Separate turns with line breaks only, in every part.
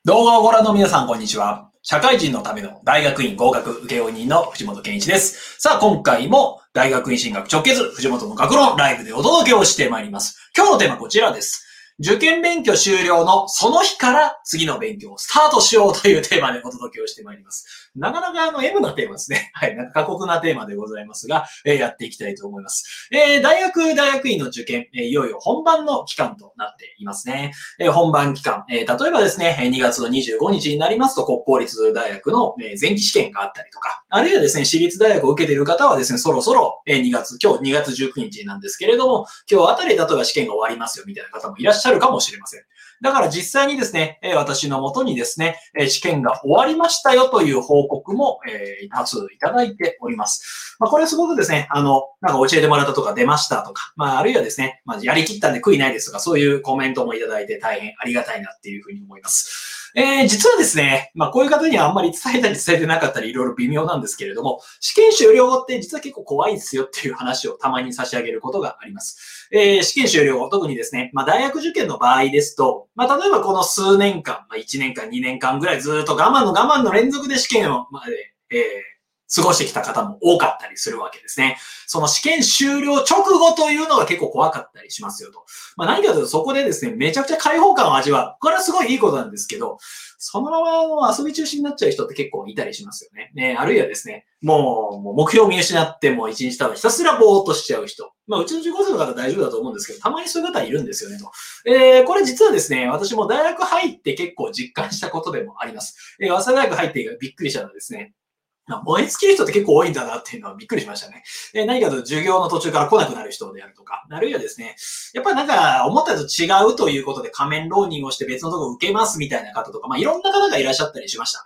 動画をご覧の皆さん、こんにちは。社会人のための大学院合格請負人の藤本健一です。さあ、今回も大学院進学直結、藤本の学論ライブでお届けをしてまいります。今日のテーマはこちらです。受験勉強終了のその日から次の勉強をスタートしようというテーマでお届けをしてまいります。なかなかM なテーマですね。はい。なんか過酷なテーマでございますが、やっていきたいと思います。大学院の受験、いよいよ本番の期間となっていますね。本番期間、例えばですね、2月の25日になりますと、国公立大学の前期試験があったりとか、あるいはですね、私立大学を受けている方はですね、そろそろ今日2月19日なんですけれども、今日あたりで例えば試験が終わりますよみたいな方もいらっしゃるかもしれません。だから実際にですね、私のもとにですね、試験が終わりましたよという報告も多数いただいております。これすごくですね、なんか教えてもらったとか出ましたとか、あるいはですね、やりきったんで悔いないですとか、そういうコメントもいただいて大変ありがたいなっていうふうに思います。実はですね、こういう方にはあんまり伝えたり伝えてなかったりいろいろ微妙なんですけれども、試験終了後って実は結構怖いですよっていう話をたまに差し上げることがあります。試験終了後、特にですね、大学受験の場合ですと、例えばこの数年間、1年間、2年間ぐらいずっと我慢の連続で試験を過ごしてきた方も多かったりするわけですね。その試験終了直後というのが結構怖かったりしますよと。何かというとそこでですね、めちゃくちゃ開放感を味わう。これはすごいいいことなんですけど、そのまま遊び中止になっちゃう人って結構いたりしますよね。あるいはですね、もう目標を見失っても一日ただひたすらぼーっとしちゃう人。うちの受講生の方大丈夫だと思うんですけど、たまにそういう方いるんですよねと。これ実はですね、私も大学入って結構実感したことでもあります。早稲田大学入ってびっくりしたのはですね、燃え尽きる人って結構多いんだなっていうのはびっくりしましたね。何かと授業の途中から来なくなる人であるとか、あるいはですね、やっぱりなんか思ったと違うということで仮面浪人をして別のところを受けますみたいな方とか、いろんな方がいらっしゃったりしました。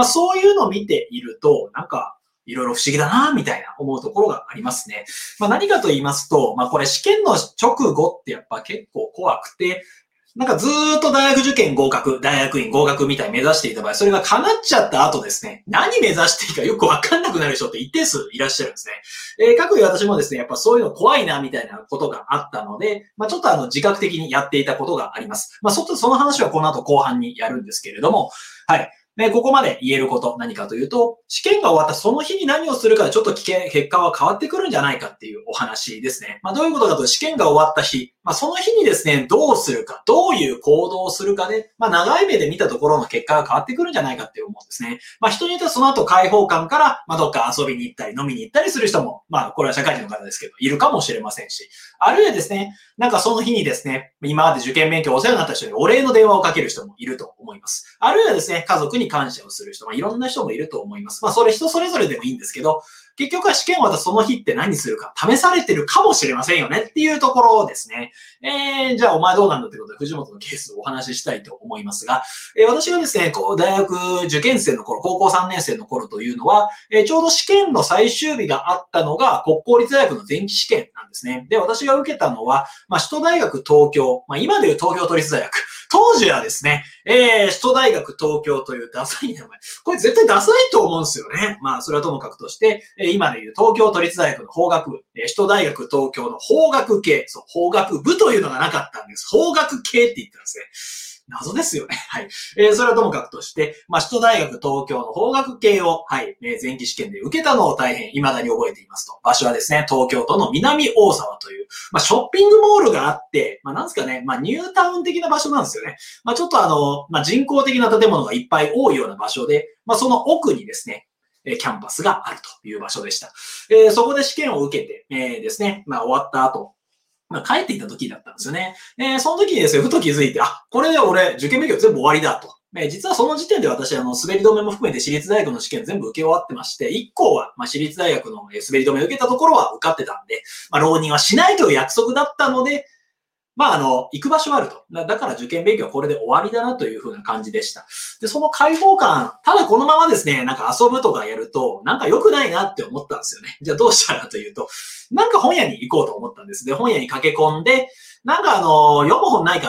そういうのを見ていると、なんか、いろいろ不思議だなみたいな思うところがありますね。何かと言いますと、これ試験の直後ってやっぱ結構怖くて、なんかずーっと大学受験合格、大学院合格みたいに目指していた場合、それが叶っちゃった後ですね、何目指していいかよくわかんなくなる人って一定数いらっしゃるんですね。各位私もですね、やっぱそういうの怖いなみたいなことがあったので、ちょっと自覚的にやっていたことがあります。その話はこの後後半にやるんですけれども、はい。ここまで言えること何かというと、試験が終わったその日に何をするかでちょっと結果は変わってくるんじゃないかっていうお話ですね。どういうことかというと、試験が終わった日、その日にですね、どうするか、どういう行動をするかで、長い目で見たところの結果が変わってくるんじゃないかって思うんですね。人によってはその後開放感から、どっか遊びに行ったり飲みに行ったりする人も、これは社会人の方ですけど、いるかもしれませんし、あるいはですね、なんかその日にですね、今まで受験勉強お世話になった人にお礼の電話をかける人もいると思います。あるいはですね、家族に感謝をする人、いろんな人もいると思います。それ人それぞれでもいいんですけど、結局は試験終わったその日って何するか試されてるかもしれませんよねっていうところですね。じゃあお前どうなんだってことで藤本のケースをお話ししたいと思いますが、私がですね、大学受験生の頃、高校3年生の頃というのは、ちょうど試験の最終日があったのが国公立大学の前期試験なんですね。で、私が受けたのは、首都大学東京、今でいう東京都立大学。当時はですね、首都大学東京というダサい名前。これ絶対ダサいと思うんですよね。それはともかくとして、今でいう東京都立大学の法学部、首都大学東京の法学系、そう、法学部というのがなかったんです。法学系って言ったんですね。謎ですよね。はい。それはともかくとして、首都大学東京の法学系を、はい、前期試験で受けたのを大変未だに覚えていますと。場所はですね、東京都の南大沢という、ショッピングモールがあって、なんですかね、ニュータウン的な場所なんですよね。ちょっと人工的な建物がいっぱい多いような場所で、その奥にですね、キャンパスがあるという場所でした。そこで試験を受けて、ですね、終わった後、帰っていた時だったんですよね。その時にですね、ふと気づいて、これで俺、受験勉強全部終わりだと。実はその時点で私、滑り止めも含めて私立大学の試験全部受け終わってまして、1校は、私立大学の滑り止めを受けたところは受かってたんで、浪人はしないという約束だったので、行く場所はあると。だから受験勉強はこれで終わりだなという風な感じでした。で、その開放感、ただこのままですね、なんか遊ぶとかやると、なんか良くないなって思ったんですよね。じゃあどうしたらというと、なんか本屋に行こうと思ったんです。で、本屋に駆け込んで、なんか読む本ないかなと。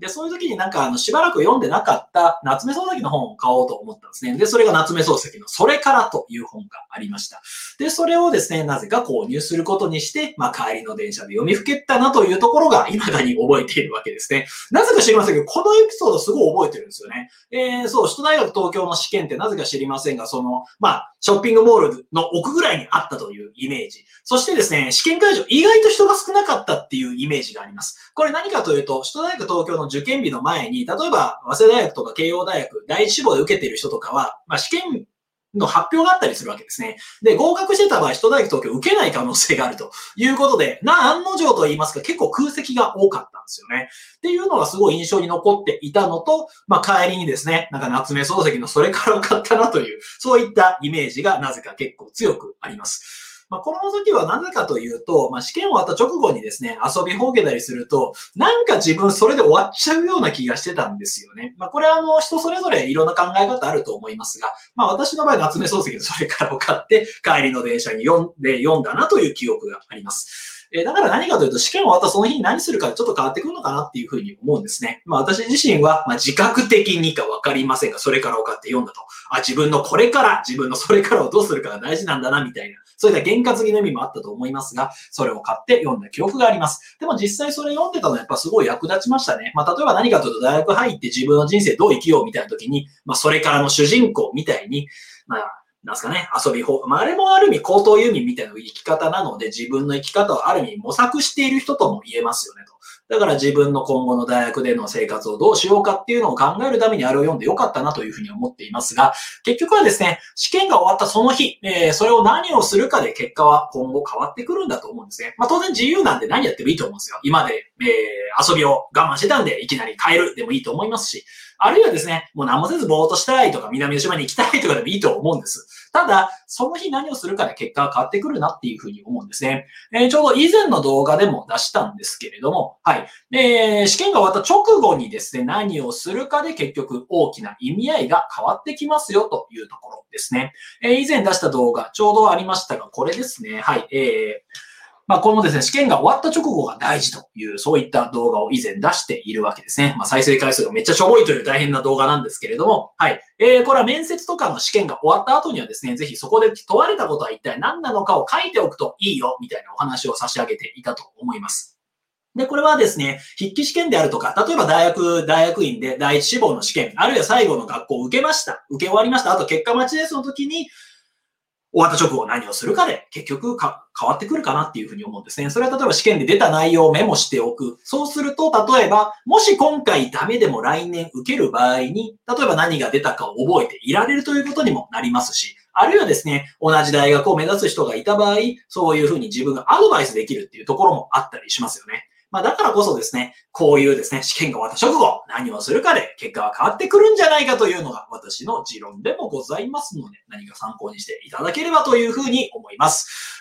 で、そういう時にしばらく読んでなかった夏目漱石の本を買おうと思ったんですね。で、それが夏目漱石のそれからという本がありました。で、それをですね、なぜか購入することにして、帰りの電車で読みふけったなというところが未だに覚えているわけですね。なぜか知りませんけど、このエピソードすごい覚えてるんですよね。そう、首都大学東京の試験ってなぜか知りませんが、ショッピングモールの奥ぐらいにあったというイメージ。そしてですね、試験会場、意外と人が少なかったっていうイメージがあります。これ何かというと、首都大学東京の受験日の前に、例えば、早稲田大学とか慶応大学、第一志望で受けている人とかは、試験の発表があったりするわけですね。で、合格してた場合、首都大学東京受けない可能性があるということで、案の定と言いますか、結構空席が多かったんですよね。っていうのがすごい印象に残っていたのと、帰りにですね、夏目漱石のそれからを買ったなという、そういったイメージがなぜか結構強くあります。この時はなぜかというと、試験終わった直後にですね、遊びほうけたりすると、自分それで終わっちゃうような気がしてたんですよね。これは人それぞれいろんな考え方あると思いますが、私の場合夏目漱石のそれからを買って帰りの電車に読んだなという記憶があります。だから何かというと試験終わったその日に何するかちょっと変わってくるのかなっていうふうに思うんですね。私自身は、自覚的にかわかりませんが、それからを買って読んだと。自分のそれからをどうするかが大事なんだなみたいな、そういった験担ぎの意味もあったと思いますが、それを買って読んだ記憶があります。でも実際それ読んでたのはやっぱすごい役立ちましたね。例えば何かというと大学入って自分の人生どう生きようみたいな時に、それからの主人公みたいに、なんすかね、遊び方、あれもある意味高等遊民みたいな生き方なので、自分の生き方をある意味模索している人とも言えますよねと。だから自分の今後の大学での生活をどうしようかっていうのを考えるためにあれを読んでよかったなというふうに思っていますが、結局はですね、試験が終わったその日、それを何をするかで結果は今後変わってくるんだと思うんですね。当然自由なんで何やってもいいと思うんですよ。今で、遊びを我慢してたんでいきなり変えるでもいいと思いますし、あるいはですね、もう何もせずぼーっとしたいとか南の島に行きたいとかでもいいと思うんです。ただ、その日何をするかで結果が変わってくるなっていうふうに思うんですね。ちょうど以前の動画でも出したんですけれども、はい。試験が終わった直後にですね、何をするかで結局大きな意味合いが変わってきますよというところですね。以前出した動画、ちょうどありましたが、これですね。はい。このですね、試験が終わった直後が大事という、そういった動画を以前出しているわけですね。再生回数がめっちゃしょぼいという大変な動画なんですけれども、はい。これは面接とかの試験が終わった後にはですね、ぜひそこで問われたことは一体何なのかを書いておくといいよ、みたいなお話を差し上げていたと思います。で、これはですね、筆記試験であるとか、例えば大学院で第一志望の試験、あるいは最後の学校を受け終わりました。あと結果待ちですの時に、終わった直後何をするかで結局変わってくるかなっていうふうに思うんですね。それは例えば試験で出た内容をメモしておく。そうすると、例えば、もし今回ダメでも来年受ける場合に、例えば何が出たかを覚えていられるということにもなりますし、あるいはですね、同じ大学を目指す人がいた場合、そういうふうに自分がアドバイスできるっていうところもあったりしますよね。だからこそですね、こういうですね、試験が終わった直後、何をするかで結果は変わってくるんじゃないかというのが私の持論でもございますので、何か参考にしていただければというふうに思います。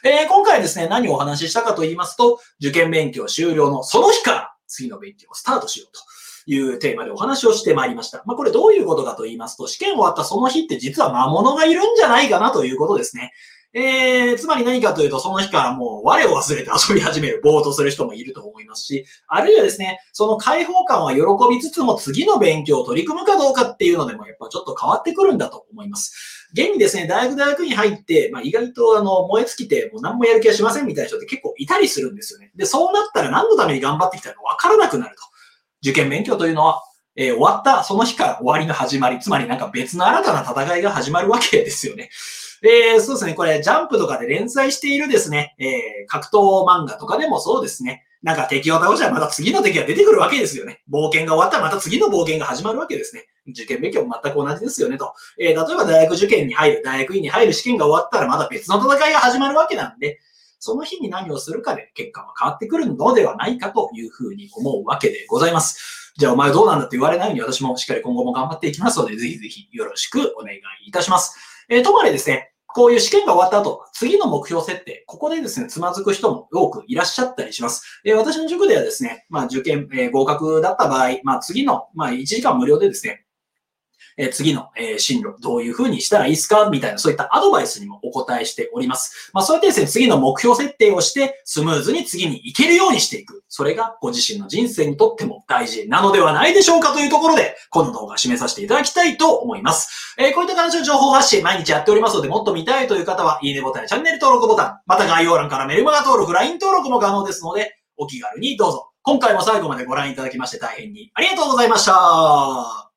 今回ですね、何をお話ししたかと言いますと、受験勉強終了のその日から次の勉強をスタートしようというテーマでお話をしてまいりました。これどういうことかと言いますと、試験終わったその日って実は魔物がいるんじゃないかなということですね。つまり何かというと、その日からもう我を忘れて遊び始める、ぼーっとする人もいると思いますし、あるいはですね、その解放感は喜びつつも次の勉強を取り組むかどうかっていうのでもやっぱちょっと変わってくるんだと思います。現にですね、大学に入って、意外と燃え尽きてもう何もやる気がしませんみたいな人って結構いたりするんですよね。で、そうなったら何のために頑張ってきたかわからなくなると。受験勉強というのは、終わったその日から終わりの始まり、つまり別の新たな戦いが始まるわけですよね。そうですね。これ、ジャンプとかで連載しているですね、格闘漫画とかでもそうですね。敵を倒したらまた次の敵が出てくるわけですよね。冒険が終わったらまた次の冒険が始まるわけですね。受験勉強も全く同じですよねと。例えば大学受験に入る、大学院に入る試験が終わったらまた別の戦いが始まるわけなんで、その日に何をするかで結果は変わってくるのではないかというふうに思うわけでございます。じゃあお前どうなんだって言われないように私もしっかり今後も頑張っていきますので、ぜひぜひよろしくお願いいたします。ともあれですね、こういう試験が終わった後、次の目標設定、ここでですね、つまずく人も多くいらっしゃったりします。私の塾ではですね、受験、合格だった場合、次の、1時間無料でですね、 次の、進路どういう風にしたらいいですかみたいな、そういったアドバイスにもお答えしております。そうやってですね、次の目標設定をして、スムーズに次に行けるようにしていく。それがご自身の人生にとっても大事なのではないでしょうかというところで、この動画を締めさせていただきたいと思います。こういった形の情報発信毎日やっておりますので、もっと見たいという方は、いいねボタンやチャンネル登録ボタン、また概要欄からメルマガ登録、LINE 登録も可能ですので、お気軽にどうぞ。今回も最後までご覧いただきまして大変にありがとうございました。